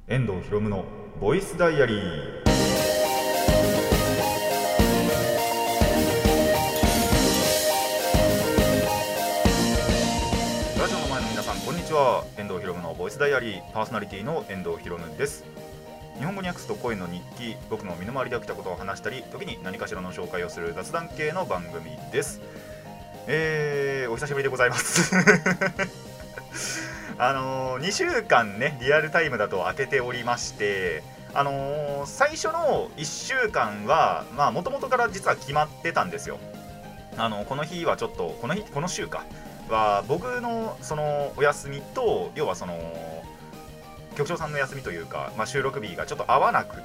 遠藤ひろむのボイスダイアリー。ラジオの前の皆さん、こんにちは。遠藤ひろむのボイスダイアリーパーソナリティの遠藤ひろむです。日本語に訳すと声の日記、僕の身の回りで起きたことを話したり、時に何かしらの紹介をする雑談系の番組です。お久しぶりでございます2週間ね、リアルタイムだと開けておりまして、最初の1週間はもともとから実は決まってたんですよ。この日はちょっとこの週かは僕のそのお休みと、要はその局長さんの休みというか、収録日がちょっと合わなくって、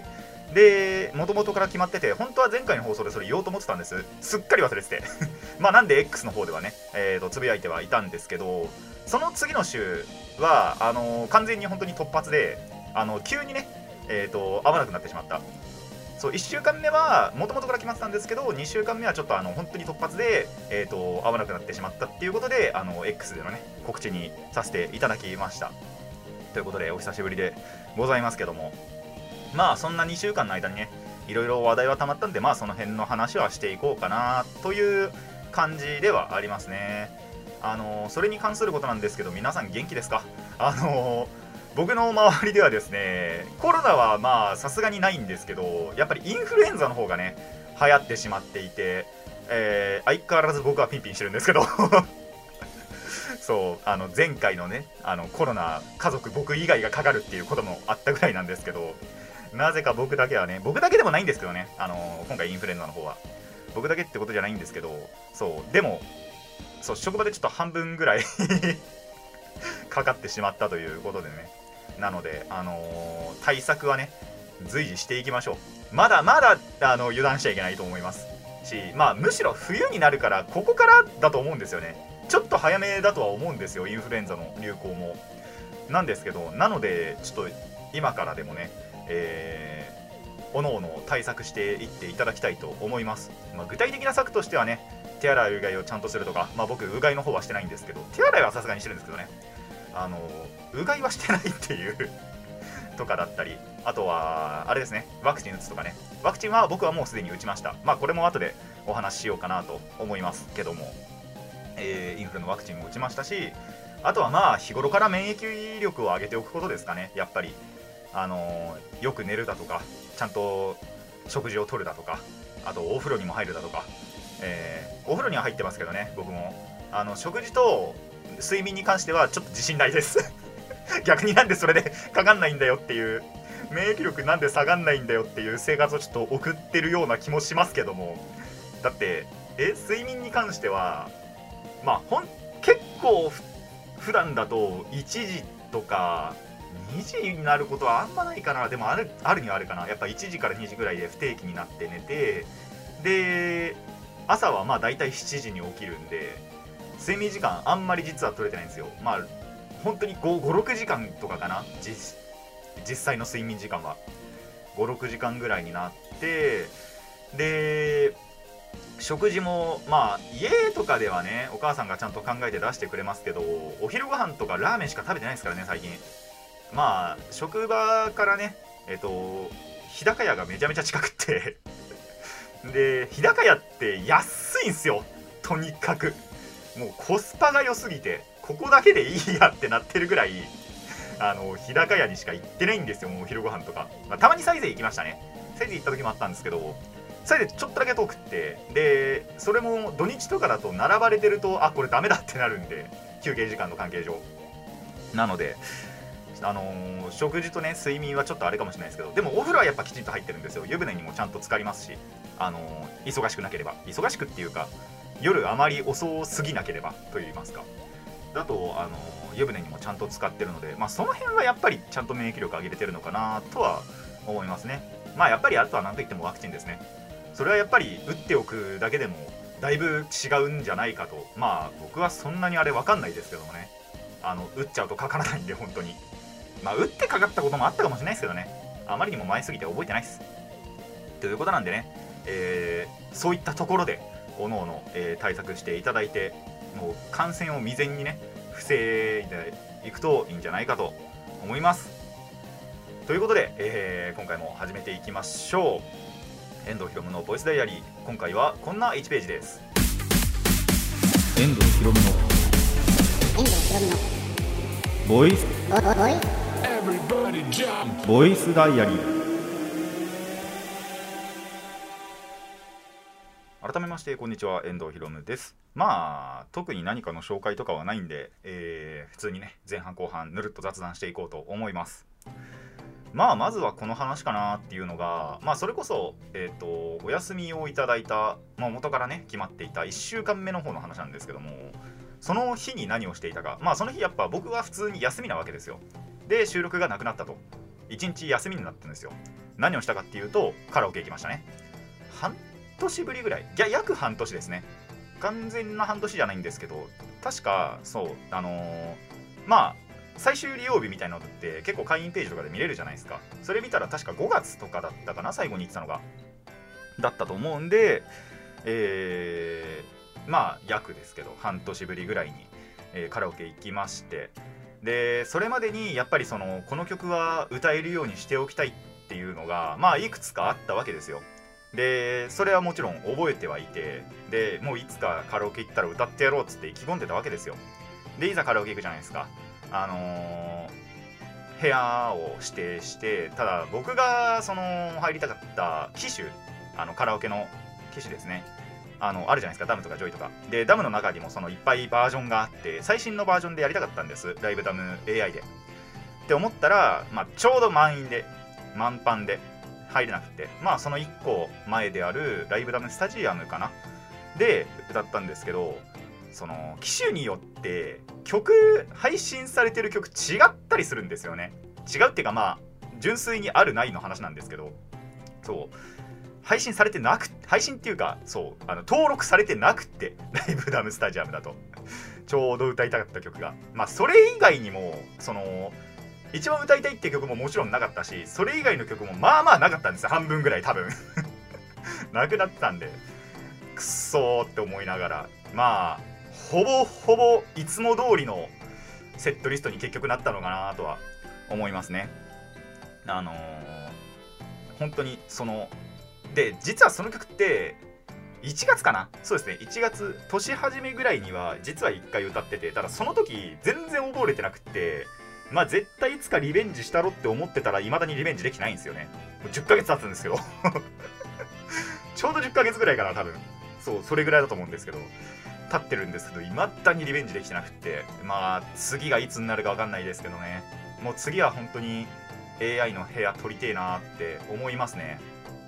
で元々から決まってて、本当は前回の放送でそれ言おうと思ってたんです。すっかり忘れててなんで X の方ではね、つぶやいてはいたんですけど、その次の週は完全に本当に突発で、急にね、合わなくなってしまった。そう、1週間目は元々から決まってたんですけど、2週間目はちょっと本当に突発で、合わなくなってしまったっていうことで、X でのね告知にさせていただきました。ということでお久しぶりでございますけども、そんな2週間の間にね、いろいろ話題は溜まったんで、その辺の話はしていこうかなという感じではありますね。それに関することなんですけど、皆さん元気ですか？僕の周りではですね、コロナはさすがにないんですけど、やっぱりインフルエンザの方がね流行ってしまっていて、相変わらず僕はピンピンしてるんですけどそう、前回のねコロナ家族僕以外がかかるっていうこともあったぐらいなんですけど、なぜか僕だけはね、僕だけでもないんですけどね、今回インフルエンザの方は僕だけってことじゃないんですけど、そうでもそう、職場でちょっと半分ぐらいかかってしまったということでね、なので対策はね随時していきましょう。まだまだ油断しちゃいけないと思いますし、むしろ冬になるからここからだと思うんですよね。ちょっと早めだとは思うんですよ、インフルエンザの流行も。なんですけど、なのでちょっと今からでもね、おのおの対策していっていただきたいと思います。具体的な策としてはね、手洗いうがいをちゃんとするとか、僕うがいの方はしてないんですけど、手洗いはさすがにしてるんですけどね、うがいはしてないっていうとかだったり、あとはあれですね、ワクチン打つとかね。ワクチンは僕はもうすでに打ちました。これも後でお話ししようかなと思いますけども、インフルのワクチンも打ちましたし、あとは日頃から免疫力を上げておくことですかね。やっぱりよく寝るだとか、ちゃんと食事をとるだとか、あとお風呂にも入るだとか、お風呂には入ってますけどね、僕も食事と睡眠に関してはちょっと自信ないです逆になんでそれでかかんないんだよっていう、免疫力なんで下がんないんだよっていう生活をちょっと送ってるような気もしますけども、だって睡眠に関しては結構普段だと1時とか2時になることはあんまないかな。でもあるにはあるかな。やっぱ1時から2時ぐらいで不定期になって寝て、で朝はだいたい7時に起きるんで、睡眠時間あんまり実は取れてないんですよ。本当に5、6時間とかかな。実際の睡眠時間は5、6時間ぐらいになって、で食事も家とかではね、お母さんがちゃんと考えて出してくれますけど、お昼ご飯とかラーメンしか食べてないですからね、最近。職場からね、日高屋がめちゃめちゃ近くってで日高屋って安いんすよ、とにかく。もうコスパが良すぎて、ここだけでいいやってなってるぐらい、日高屋にしか行ってないんですよ、もうお昼ご飯とか。たまにサイゼ行きましたね。サイゼ行った時もあったんですけど、サイゼちょっとだけ遠くって、でそれも土日とかだと並ばれてると、これダメだってなるんで、休憩時間の関係上。なので食事とね睡眠はちょっとあれかもしれないですけど、でもお風呂はやっぱきちんと入ってるんですよ。湯船にもちゃんと浸かりますし、忙しくなければ、忙しくっていうか夜あまり遅すぎなければといいますか、だと湯船にもちゃんと浸かってるので、その辺はやっぱりちゃんと免疫力上げれてるのかなとは思いますね。やっぱりあとは何といってもワクチンですね。それはやっぱり打っておくだけでもだいぶ違うんじゃないかと。僕はそんなにあれ分かんないですけどもね、打っちゃうとかからないんで本当に。打ってかかったこともあったかもしれないですけどね、あまりにも前すぎて覚えてないですということなんでね、そういったところでおのおの対策していただいて、もう感染を未然にね防いでいくといいんじゃないかと思います。 ということで、今回も始めていきましょう。遠藤ひろむのボイスダイアリー、今回はこんな1ページです。遠藤ひろむのボイスダイアリー。改めましてこんにちは、遠藤ひろむです。まあ特に何かの紹介とかはないんで、普通にね前半後半ぬるっと雑談していこうと思います。まずはこの話かなっていうのが、それこそ、お休みをいただいた、元からね決まっていた1週間目の方の話なんですけども、その日に何をしていたか。その日やっぱ僕は普通に休みなわけですよ。で収録がなくなったと、1日休みになったんですよ。何をしたかっていうと、カラオケ行きましたね。半年ぶりぐらい、約半年ですね。完全な半年じゃないんですけど、確かそう最終利用日みたいなのって結構会員ページとかで見れるじゃないですか。それ見たら確か5月とかだったかな、最後に言ってたのがだったと思うんで、約ですけど半年ぶりぐらいに、カラオケ行きまして、でそれまでにやっぱりこの曲は歌えるようにしておきたいっていうのがいくつかあったわけですよ。でそれはもちろん覚えてはいて、でもういつかカラオケ行ったら歌ってやろうっつって意気込んでたわけですよ。でいざカラオケ行くじゃないですか。部屋を指定して、ただ僕が入りたかった機種、カラオケの機種ですね、あるじゃないですか、ダムとかジョイとかで、ダムの中にもいっぱいバージョンがあって、最新のバージョンでやりたかったんです、ライブダム AI でって思ったら、ちょうど満帆で入れなくて、その1個前であるライブダムスタジアムかなで歌ったんですけど、機種によって配信されてる曲違ったりするんですよね。違うっていうか純粋にあるないの話なんですけど、そう配信されてなく、配信っていうか登録されてなくて、ライブダムスタジアムだとちょうど歌いたかった曲がそれ以外にも一番歌いたいっていう曲ももちろんなかったし、それ以外の曲もなかったんですよ。半分ぐらい多分なくなってたんで、くっそーって思いながら、ほぼいつも通りのセットリストに結局なったのかなとは思いますね。本当にで実はその曲って1月かな、そうですね、1月年始めぐらいには実は1回歌ってて、ただその時全然覚えてなくって、絶対いつかリベンジしたろって思ってたら、未だにリベンジできてないんですよね。もう10ヶ月経つんですけどちょうど10ヶ月ぐらいかな、多分それぐらいだと思うんですけど、経ってるんですけど、未だにリベンジできてなくって、次がいつになるか分かんないですけどね。もう次は本当に AI の部屋取りてえなって思いますね。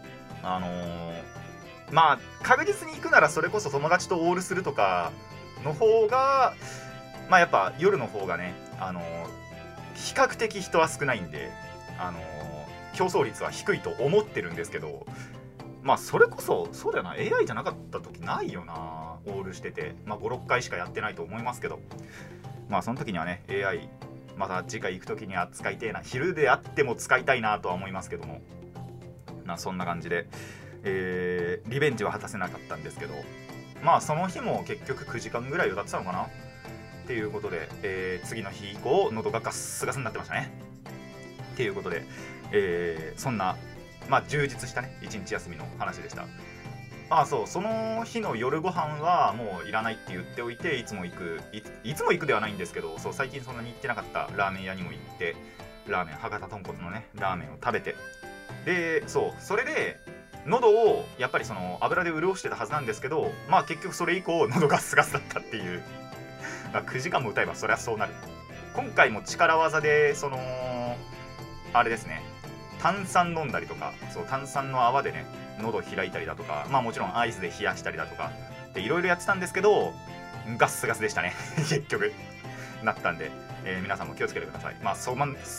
確実に行くならそれこそ友達とオールするとかの方が、やっぱ夜の方がね、比較的人は少ないんで、競争率は低いと思ってるんですけど、それこそそうだよな、 AI じゃなかった時ないよな、オールしてて5、6回しかやってないと思いますけど、その時にはね AI また次回行く時には使いたいな、昼であっても使いたいなとは思いますけども、そんな感じで、リベンジは果たせなかったんですけど、その日も結局9時間ぐらい歌ってたのかなっていうことで、次の日以降喉がガッスガスになってましたねっていうことで、そんな充実したね一日休みの話でした。その日の夜ご飯はもういらないって言っておいて、いつも行くではないんですけど、最近そんなに行ってなかったラーメン屋にも行って、ラーメン、博多豚骨のねラーメンを食べて、でそれで喉をやっぱり油で潤してたはずなんですけど、結局それ以降喉ガスガスだったっていう9時間も歌えばそりゃそうなる。今回も力技であれですね、炭酸飲んだりとか、炭酸の泡でね喉開いたりだとか、もちろんアイスで冷やしたりだとかでいろいろやってたんですけど、ガッスガスでしたね結局なったんで、皆さんも気をつけてください。そ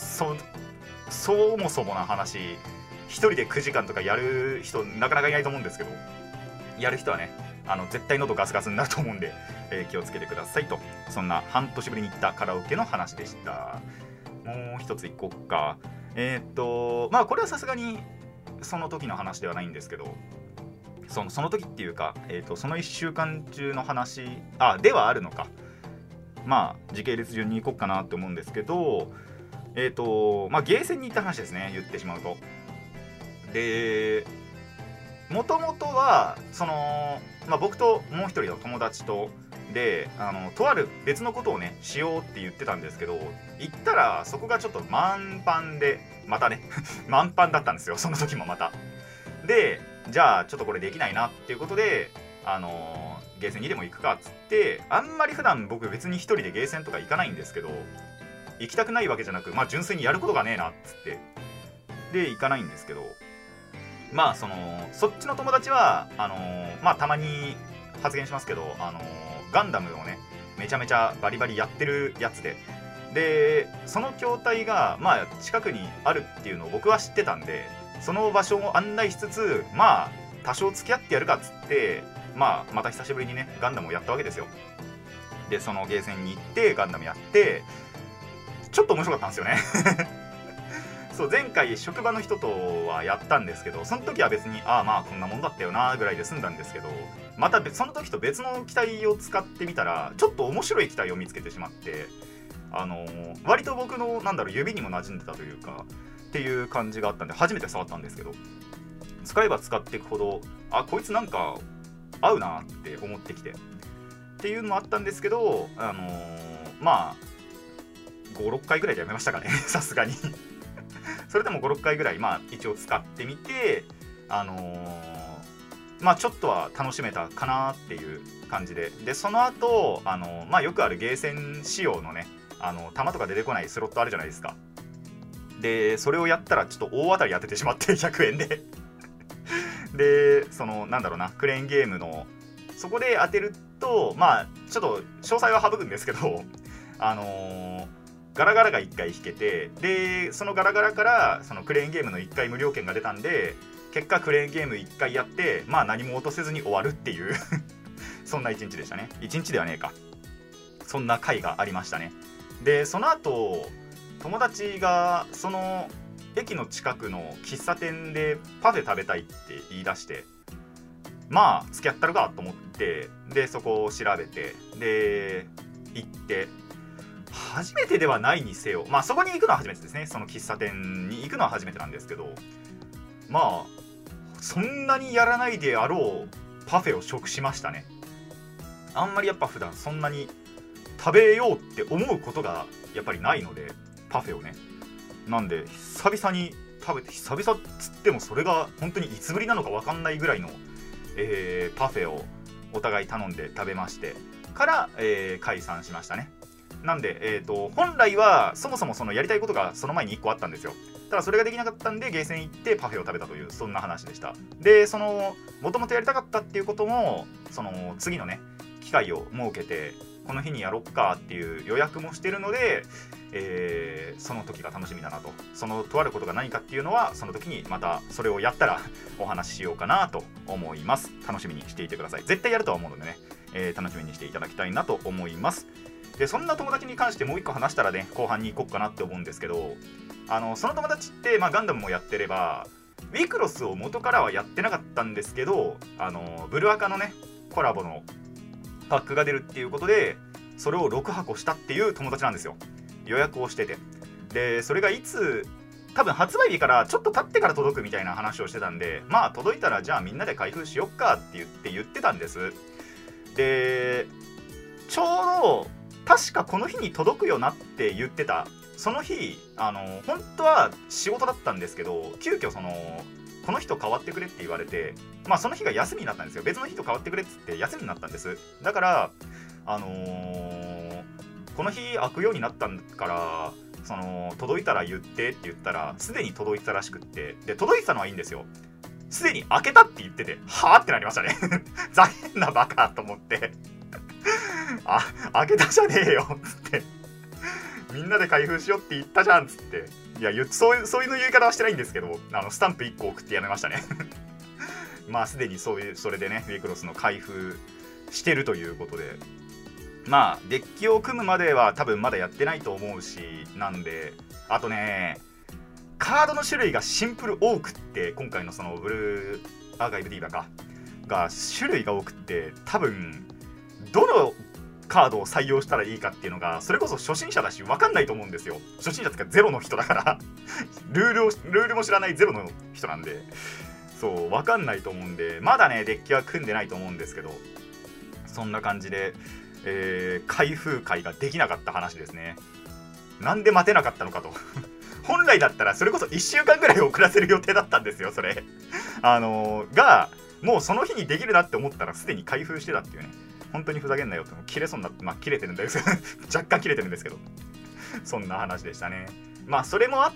もそもな話、一人で9時間とかやる人なかなかいないと思うんですけど、やる人はね絶対喉ガスガスになると思うんで、気をつけてくださいと。そんな半年ぶりに行ったカラオケの話でした。もう一つ行こうか。これはさすがにその時の話ではないんですけど、その時っていうか、その1週間中の話ではあるのか。時系列順に行こうかなと思うんですけど、 まあゲーセンに行った話ですね、言ってしまうと。でもともとはその、まあ、僕ともう一人の友達とでとある別のことをねしようって言ってたんですけど、行ったらそこがちょっと満帆で、またね満帆だったんですよ、その時もまた。でじゃあちょっとこれできないなっていうことでゲーセンにでも行くかっつって、あんまり普段僕別に一人でゲーセンとか行かないんですけど、行きたくないわけじゃなく、まあ純粋にやることがねえなっつってで行かないんですけど、まあそっちの友達はまあたまに発言しますけどガンダムをねめちゃめちゃバリバリやってるやつでその筐体がまあ近くにあるっていうのを僕は知ってたんで、その場所を案内しつつ、まあ多少付き合ってやるかっつって、まあまた久しぶりにねガンダムをやったわけですよ。でそのゲーセンに行ってガンダムやってちょっと面白かったんですよねそう、前回職場の人とはやったんですけど、その時は別にまあこんなもんだったよなぐらいで済んだんですけど、またその時と別の機体を使ってみたらちょっと面白い機体を見つけてしまって、割と僕の指にも馴染んでたというかっていう感じがあったんで、初めて触ったんですけど、使えば使っていくほどこいつなんか合うなって思ってきてっていうのもあったんですけど、まあ5、6回ぐらいでやめましたかねさすがにそれでも5、6回ぐらいまあ一応使ってみてまあちょっとは楽しめたかなっていう感じで、その後まあよくあるゲーセン仕様のね弾とか出てこないスロットあるじゃないですか。でそれをやったらちょっと大当たり当ててしまって100円ででなんだろうな、クレーンゲームのそこで当てるとまあちょっと詳細は省くんですけどガラガラが1回引けて、でそのガラガラからそのクレーンゲームの1回無料券が出たんで、結果クレーンゲーム1回やってまあ何も落とせずに終わるっていうそんな1日でしたね。1日ではねえか、そんな回がありましたね。でその後友達がその駅の近くの喫茶店でパフェ食べたいって言い出して、まあ付き合ったるかと思って、でそこを調べてで行って、初めてではないにせよ、まあそこに行くのは初めてですね。その喫茶店に行くのは初めてなんですけど、まあそんなにやらないであろうパフェを食しましたね。あんまりやっぱ普段そんなに食べようって思うことがやっぱりないので、パフェをね。なんで久々に食べて、久々っつってもそれが本当にいつぶりなのか分かんないぐらいの、パフェをお互い頼んで食べましてから、解散しましたね。なんで、本来はそもそもそのやりたいことがその前に1個あったんですよ。ただそれができなかったんでゲーセン行ってパフェを食べたという、そんな話でした。でもともとやりたかったっていうことも次のね機会を設けてこの日にやろっかっていう予約もしてるので、その時が楽しみだなと。そのとあることが何かっていうのはその時にまたそれをやったらお話ししようかなと思います。楽しみにしていてください。絶対やるとは思うのでね、楽しみにしていただきたいなと思います。でそんな友達に関してもう一個話したらね後半に行こうかなって思うんですけど、その友達って、まあ、ガンダムもやってればウィクロスを元からはやってなかったんですけど、ブルアカのねコラボのパックが出るっていうことでそれを6箱したっていう友達なんですよ。予約をしてて、でそれがいつ多分発売日からちょっと経ってから届くみたいな話をしてたんで、まあ届いたらじゃあみんなで開封しよっかって言ってたんです。でちょうど確かこの日に届くよなって言ってたその日本当は仕事だったんですけど、急遽この人変わってくれって言われて、まあその日が休みになったんですよ。別の日と変わってくれっつって休みになったんです。だからこの日開くようになったから届いたら言ってって言ったらすでに届いてたらしくって、で届いてたのはいいんですよ。すでに開けたって言ってて、はぁってなりましたねざけんなバカと思って開けたじゃねえよっつってみんなで開封しようって言ったじゃんっつって、いやそういう言い方はしてないんですけど、スタンプ1個送ってやめましたねまあすでにそれでねウィクロスの開封してるということで、まあデッキを組むまでは多分まだやってないと思うし、なんであとねカードの種類がシンプル多くって、今回のそのブルーアーカイブディーバが種類が多くって、多分どのカードを採用したらいいかっていうのが、それこそ初心者だし分かんないと思うんですよ。初心者ってかゼロの人だからルールも知らないゼロの人なんで、そう分かんないと思うんで、まだねデッキは組んでないと思うんですけど、そんな感じで、開封会ができなかった話ですね。なんで待てなかったのかと本来だったらそれこそ1週間ぐらい遅らせる予定だったんですよ、それがもうその日にできるなって思ったらすでに開封してたっていうね。本当にふざけんなよって、切れそうになって、まあ切れてるんです若干切れてるんですけど、そんな話でしたね。まあそれもあって、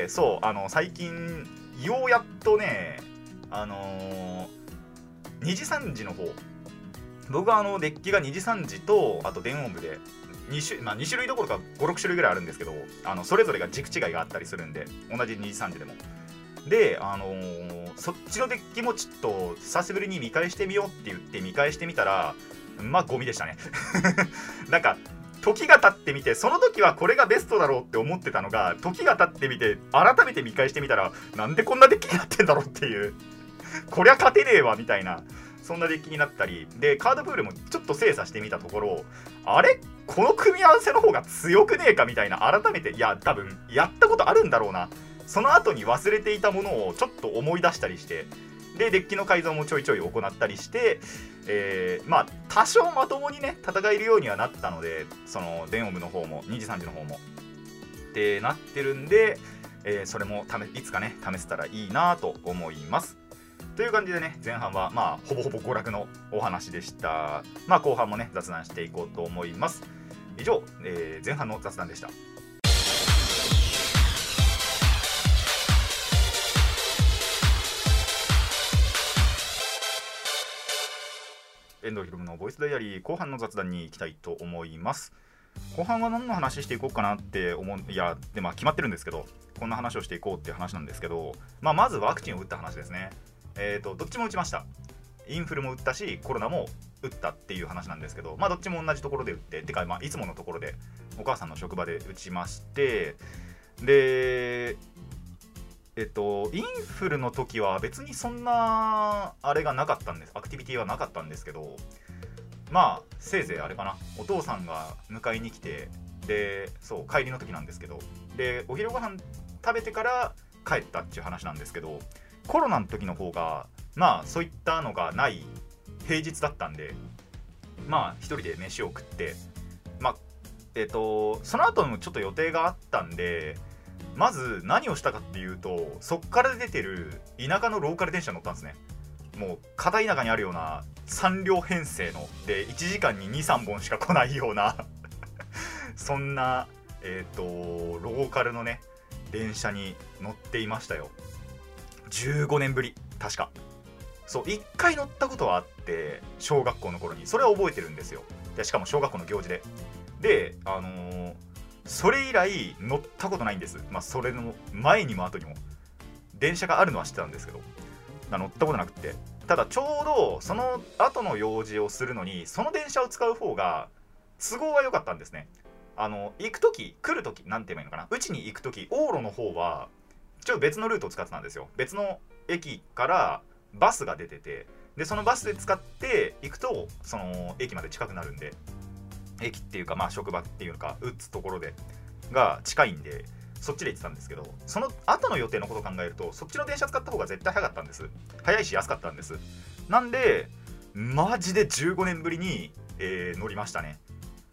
そう最近ようやっとね2次3次の方、僕はデッキが2次3次とあと電音部で2種類どころか5、6種類ぐらいあるんですけど、それぞれが軸違いがあったりするんで、同じ2次3次でも。で、そっちのデッキもちょっと久しぶりに見返してみようって言って見返してみたら、まあゴミでしたねなんか時が経ってみて、その時はこれがベストだろうって思ってたのが、時が経ってみて改めて見返してみたら、なんでこんなデッキになってんだろうっていうこりゃ勝てねえわみたいな、そんなデッキになったりで、カードプールもちょっと精査してみたところ、あれこの組み合わせの方が強くねえかみたいな、改めて、いや多分やったことあるんだろうな、その後に忘れていたものをちょっと思い出したりして、でデッキの改造もちょいちょい行ったりして、まあ多少まともにね戦えるようにはなったので、その電音部の方も2次3次の方もってなってるんで、それもいつかね試せたらいいなと思います。という感じでね、前半はまあほぼほぼ娯楽のお話でした。まあ後半もね雑談していこうと思います。以上、前半の雑談でした。遠藤ひろむのボイスダイアリー、後半の雑談に行きたいと思います。後半は何の話していこうかなってで決まってるんですけど、こんな話をしていこうっていう話なんですけど、まずワクチンを打った話ですね。どっちも打ちました。インフルも打ったしコロナも打ったっていう話なんですけど、どっちも同じところで打って、てかいつものところでお母さんの職場で打ちまして、でインフルの時は別にそんなあれがなかったんです、アクティビティはなかったんですけど、せいぜいあれかな、お父さんが迎えに来て、で帰りの時なんですけど、でお昼ご飯食べてから帰ったっていう話なんですけど、コロナの時の方がそういったのがない平日だったんで、一人で飯を食って、その後もちょっと予定があったんで、まず何をしたかっていうと、そっから出てる田舎のローカル電車に乗ったんですね。もう片田舎にあるような3両編成ので1時間に 2,3 本しか来ないようなそんなローカルのね電車に乗っていましたよ。15年ぶり、確か。1回乗ったことはあって、小学校の頃に。それは覚えてるんですよ。でしかも小学校の行事でそれ以来乗ったことないんです。それの前にも後にも電車があるのは知ってたんですけど、乗ったことなくて、ただちょうどその後の用事をするのにその電車を使う方が都合が良かったんですね。行く時来る時なんて言えばいいのかな、うちに行く時往路の方はちょっと別のルートを使ってたんですよ。別の駅からバスが出てて、でそのバスで使って行くとその駅まで近くなるんで、駅っていうか職場っていうか打つところでが近いんで、そっちで行ってたんですけど、その後の予定のことを考えるとそっちの電車使った方が絶対早かったんです。早いし安かったんです。なんでマジで15年ぶりに、乗りましたね。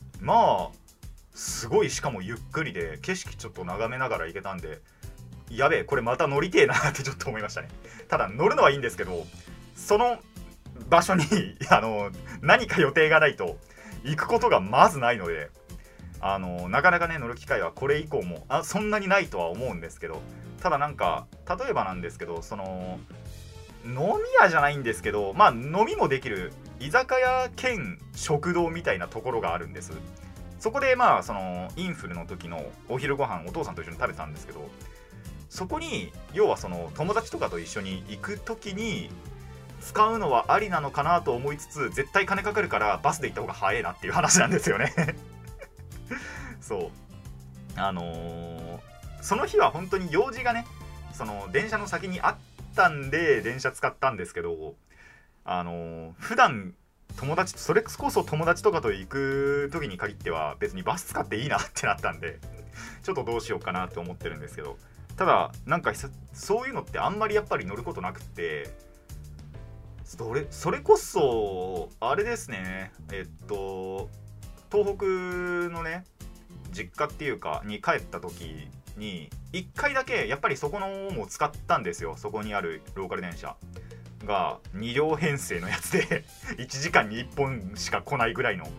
すごい、しかもゆっくりで景色ちょっと眺めながら行けたんで、やべえこれまた乗りてえなってちょっと思いましたね。ただ乗るのはいいんですけど、その場所に何か予定がないと行くことがまずないので、なかなかね乗る機会はこれ以降もそんなにないとは思うんですけど、ただなんか例えばなんですけど、飲み屋じゃないんですけど、飲みもできる居酒屋兼食堂みたいなところがあるんです。そこでインフルの時のお昼ご飯お父さんと一緒に食べたんですけど、そこに要は友達とかと一緒に行く時に使うのはありなのかなと思いつつ、絶対金かかるからバスで行った方が早いなっていう話なんですよねその日は本当に用事がね電車の先にあったんで電車使ったんですけど、普段友達と、それこそ友達とかと行く時に限っては別にバス使っていいなってなったんでちょっとどうしようかなって思ってるんですけど、ただなんかそういうのってあんまりやっぱり乗ることなくって、それこそあれですね、東北のね実家っていうかに帰った時に1回だけやっぱりそこのも使ったんですよ。そこにあるローカル電車が2両編成のやつで1時間に1本しか来ないぐらいの、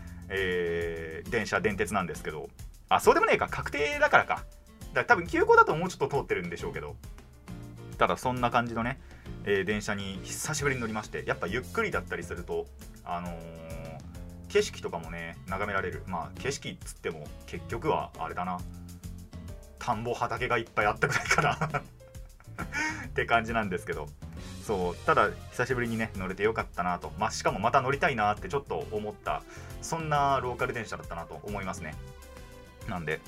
電鉄なんですけど、そうでもねえか、確定だからか。だから多分急行だともうちょっと通ってるんでしょうけど、ただそんな感じのね、電車に久しぶりに乗りまして、やっぱゆっくりだったりすると景色とかもね眺められる。景色っつっても結局はあれだな、田んぼ畑がいっぱいあったぐらいかなって感じなんですけど、そうただ久しぶりにね乗れてよかったなと、しかもまた乗りたいなってちょっと思った、そんなローカル電車だったなと思いますね。なんで、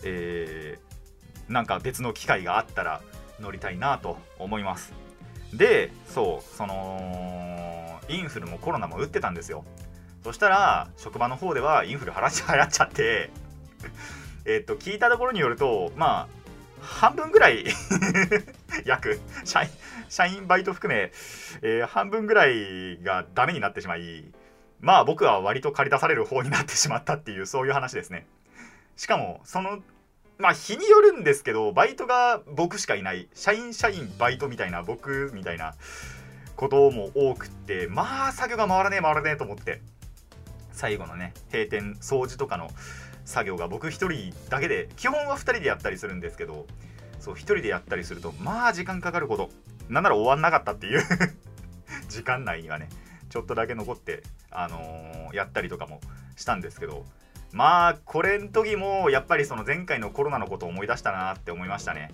なんか別の機会があったら乗りたいなと思います。で、そのインフルもコロナも打ってたんですよ。そしたら職場の方ではインフル流行っちゃって聞いたところによると半分ぐらい約社員バイト含め、半分ぐらいがダメになってしまい、僕は割と借り出される方になってしまったっていう、そういう話ですね。しかもその日によるんですけど、バイトが僕しかいない、社員バイトみたいな、僕みたいなことも多くって、作業が回らねえと思って、最後のね閉店掃除とかの作業が僕一人だけで、基本は2人でやったりするんですけど、そう1人でやったりすると時間かかること、なんなら終わんなかったっていう時間内にはねちょっとだけ残って、やったりとかもしたんですけど、これの時もやっぱりその前回のコロナのことを思い出したなって思いましたね。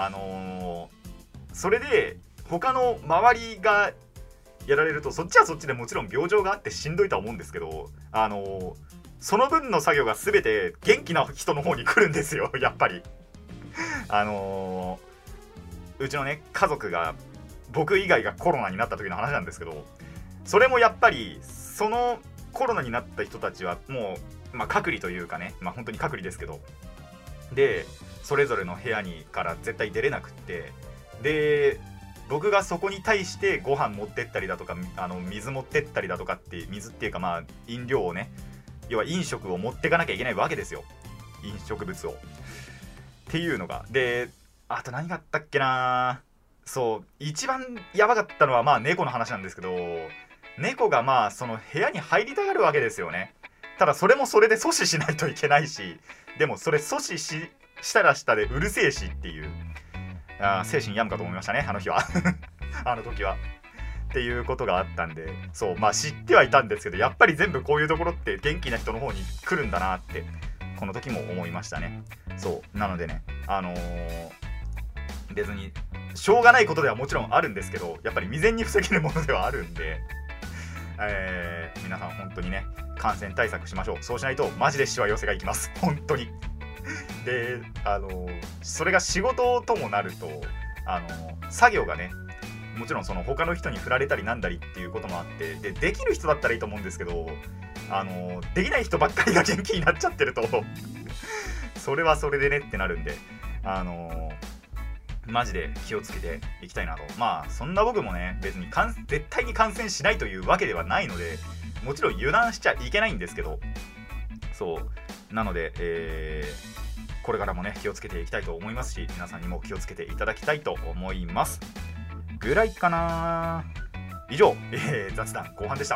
それで他の周りがやられると、そっちはそっちでもちろん病状があってしんどいとは思うんですけど、その分の作業が全て元気な人の方に来るんですよやっぱりうちのね家族が、僕以外がコロナになった時の話なんですけど、それもやっぱりそのコロナになった人たちはもう、隔離というかね、本当に隔離ですけど、でそれぞれの部屋にから絶対出れなくって、で僕がそこに対してご飯持ってったりだとか、水持ってったりだとかって、水っていうか飲料をね、要は飲食を持ってかなきゃいけないわけですよ、飲食物をっていうのが。であと何があったっけな、そう一番やばかったのは猫の話なんですけど、猫がその部屋に入りたがるわけですよね。ただそれもそれで阻止しないといけないし、でもそれ阻止したらしたでうるせえしっていう、精神病むかと思いましたね、あの日はあの時はっていうことがあったんで、そう知ってはいたんですけど、やっぱり全部こういうところって元気な人の方に来るんだなってこの時も思いましたね。そうなのでね、別にしょうがないことではもちろんあるんですけど、やっぱり未然に防げるものではあるんで、皆さん本当にね感染対策しましょう。そうしないとマジでしわ寄せがいきます本当に。でそれが仕事ともなると作業がね、もちろんその他の人に振られたりなんだりっていうこともあって、できる人だったらいいと思うんですけど、できない人ばっかりが元気になっちゃってるとそれはそれでねってなるんで、マジで気をつけていきたいなと。そんな僕もね別に絶対に感染しないというわけではないので、もちろん油断しちゃいけないんですけど、そうなので、これからもね気をつけていきたいと思いますし、皆さんにも気をつけていただきたいと思いますぐらいかな。以上、雑談後半でした。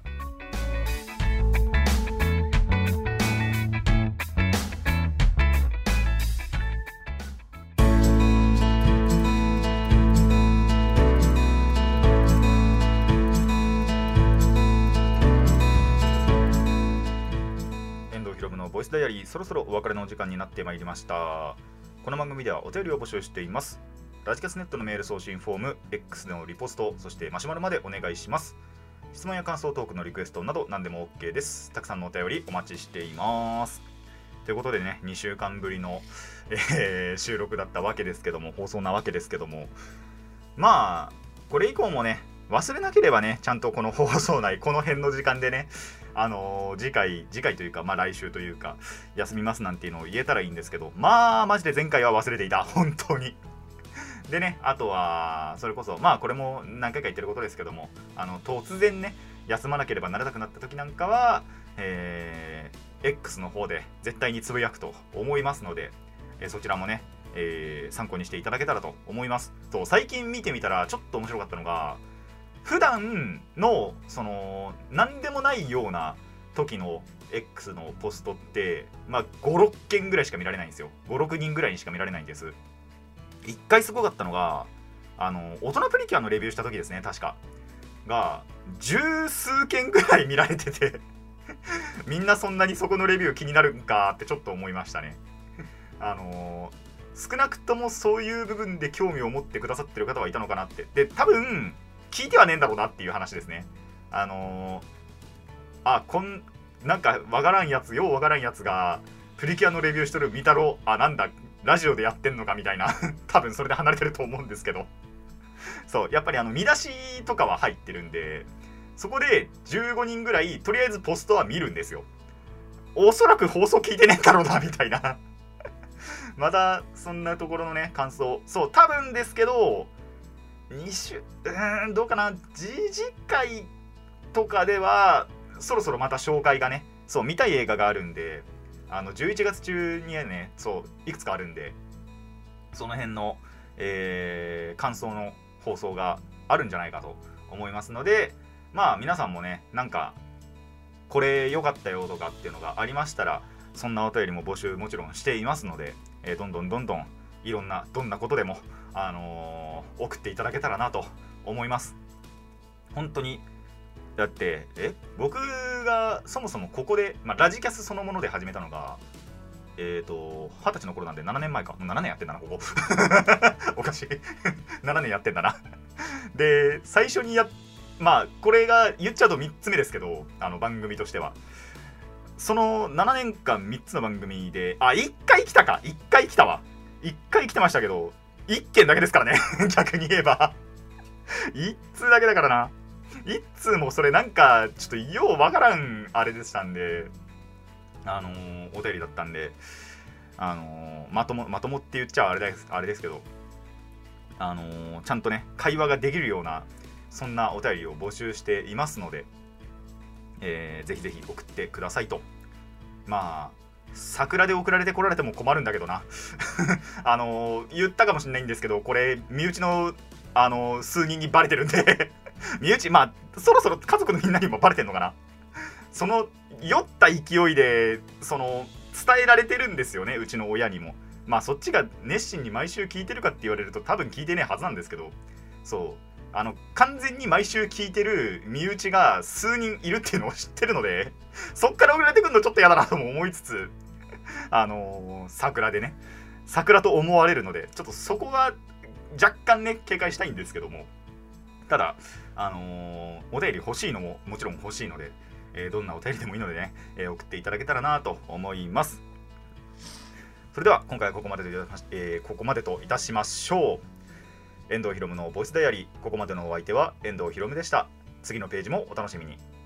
ボイスダイアリー、そろそろお別れのお時間になってまいりました。この番組ではお便りを募集しています。ラジキャスネットのメール送信フォーム、X のリポスト、そしてマシュマロまでお願いします。質問や感想、トークのリクエストなど何でも OK です。たくさんのお便りお待ちしています。ということでね、2週間ぶりの、収録だったわけですけども、放送なわけですけども、これ以降もね、 忘れなければね、ちゃんとこの放送内、この辺の時間でね、次回というか、まあ来週というか、休みますなんていうのを言えたらいいんですけど、まあ、マジで前回は忘れていた。本当に。でね、あとは、それこそ、まあこれも何回か言ってることですけども、突然ね、休まなければならなくなった時なんかは、X の方で絶対につぶやくと思いますので、そちらもね、参考にしていただけたらと思います。と、最近見てみたらちょっと面白かったのが、普段のその何でもないような時の X のポストって、まあ、5、6件ぐらいしか見られないんですよ。5、6人ぐらいにしか見られないんです。一回すごかったのが、大人プリキュアのレビューした時ですね、確かが十数件ぐらい見られててみんなそんなにそこのレビュー気になるんかってちょっと思いましたね。少なくともそういう部分で興味を持ってくださってる方はいたのかなって。で、多分聞いてはねえんだろうなっていう話ですね。なんかわからんやつ、ようわからんやつがプリキュアのレビューしとる見たろ、なんだラジオでやってんのかみたいな多分それで離れてると思うんですけどそう、やっぱり見出しとかは入ってるんで、そこで15人ぐらいとりあえずポストは見るんですよ。おそらく放送聞いてねえんだろうなみたいなまたそんなところのね感想、そう多分ですけど2週どうかな、次次回とかではそろそろまた紹介がね、そう見たい映画があるんで、11月中にね、そういくつかあるんで、その辺の、感想の放送があるんじゃないかと思いますので、まあ皆さんもね、なんかこれ良かったよとかっていうのがありましたら、そんなお便りも募集もちろんしていますので、どんどんいろんなどんなことでも、送っていただけたらなと思います。本当にだって僕がそもそもここで、ラジキャスそのもので始めたのが20歳の頃なんで7年前か。もう7年やってんだなここおかしい7年やってんだなで最初にこれが言っちゃうと3つ目ですけど、番組としてはその7年間3つの番組で1回来たか、1回来たわ、1回来てましたけど1件だけですからね逆に言えば1通だけだからな。1通もそれなんかちょっとようわからんあれでしたんで、お便りだったんで、まともって言っちゃあれですけど、ちゃんとね会話ができるようなそんなお便りを募集していますので、ぜひぜひ送ってくださいと。まあ桜で送られてこられても困るんだけどな言ったかもしれないんですけど、これ身内の数人にバレてるんで身内、そろそろ家族のみんなにもバレてんのかな。その酔った勢いで伝えられてるんですよね、うちの親にも。そっちが熱心に毎週聞いてるかって言われると多分聞いてねえはずなんですけど、そう完全に毎週聞いてる身内が数人いるっていうのを知ってるのでそっから送られてくるのちょっと嫌だなとも思いつつ、桜でね、桜と思われるのでちょっとそこは若干ね警戒したいんですけども、ただお便り欲しいのももちろん欲しいので、どんなお便りでもいいのでね、送っていただけたらなと思います。それでは今回はここまでといたしましょう。遠藤ひろむのボイスダイアリー、ここまでのお相手は遠藤ひろむでした。次のページもお楽しみに。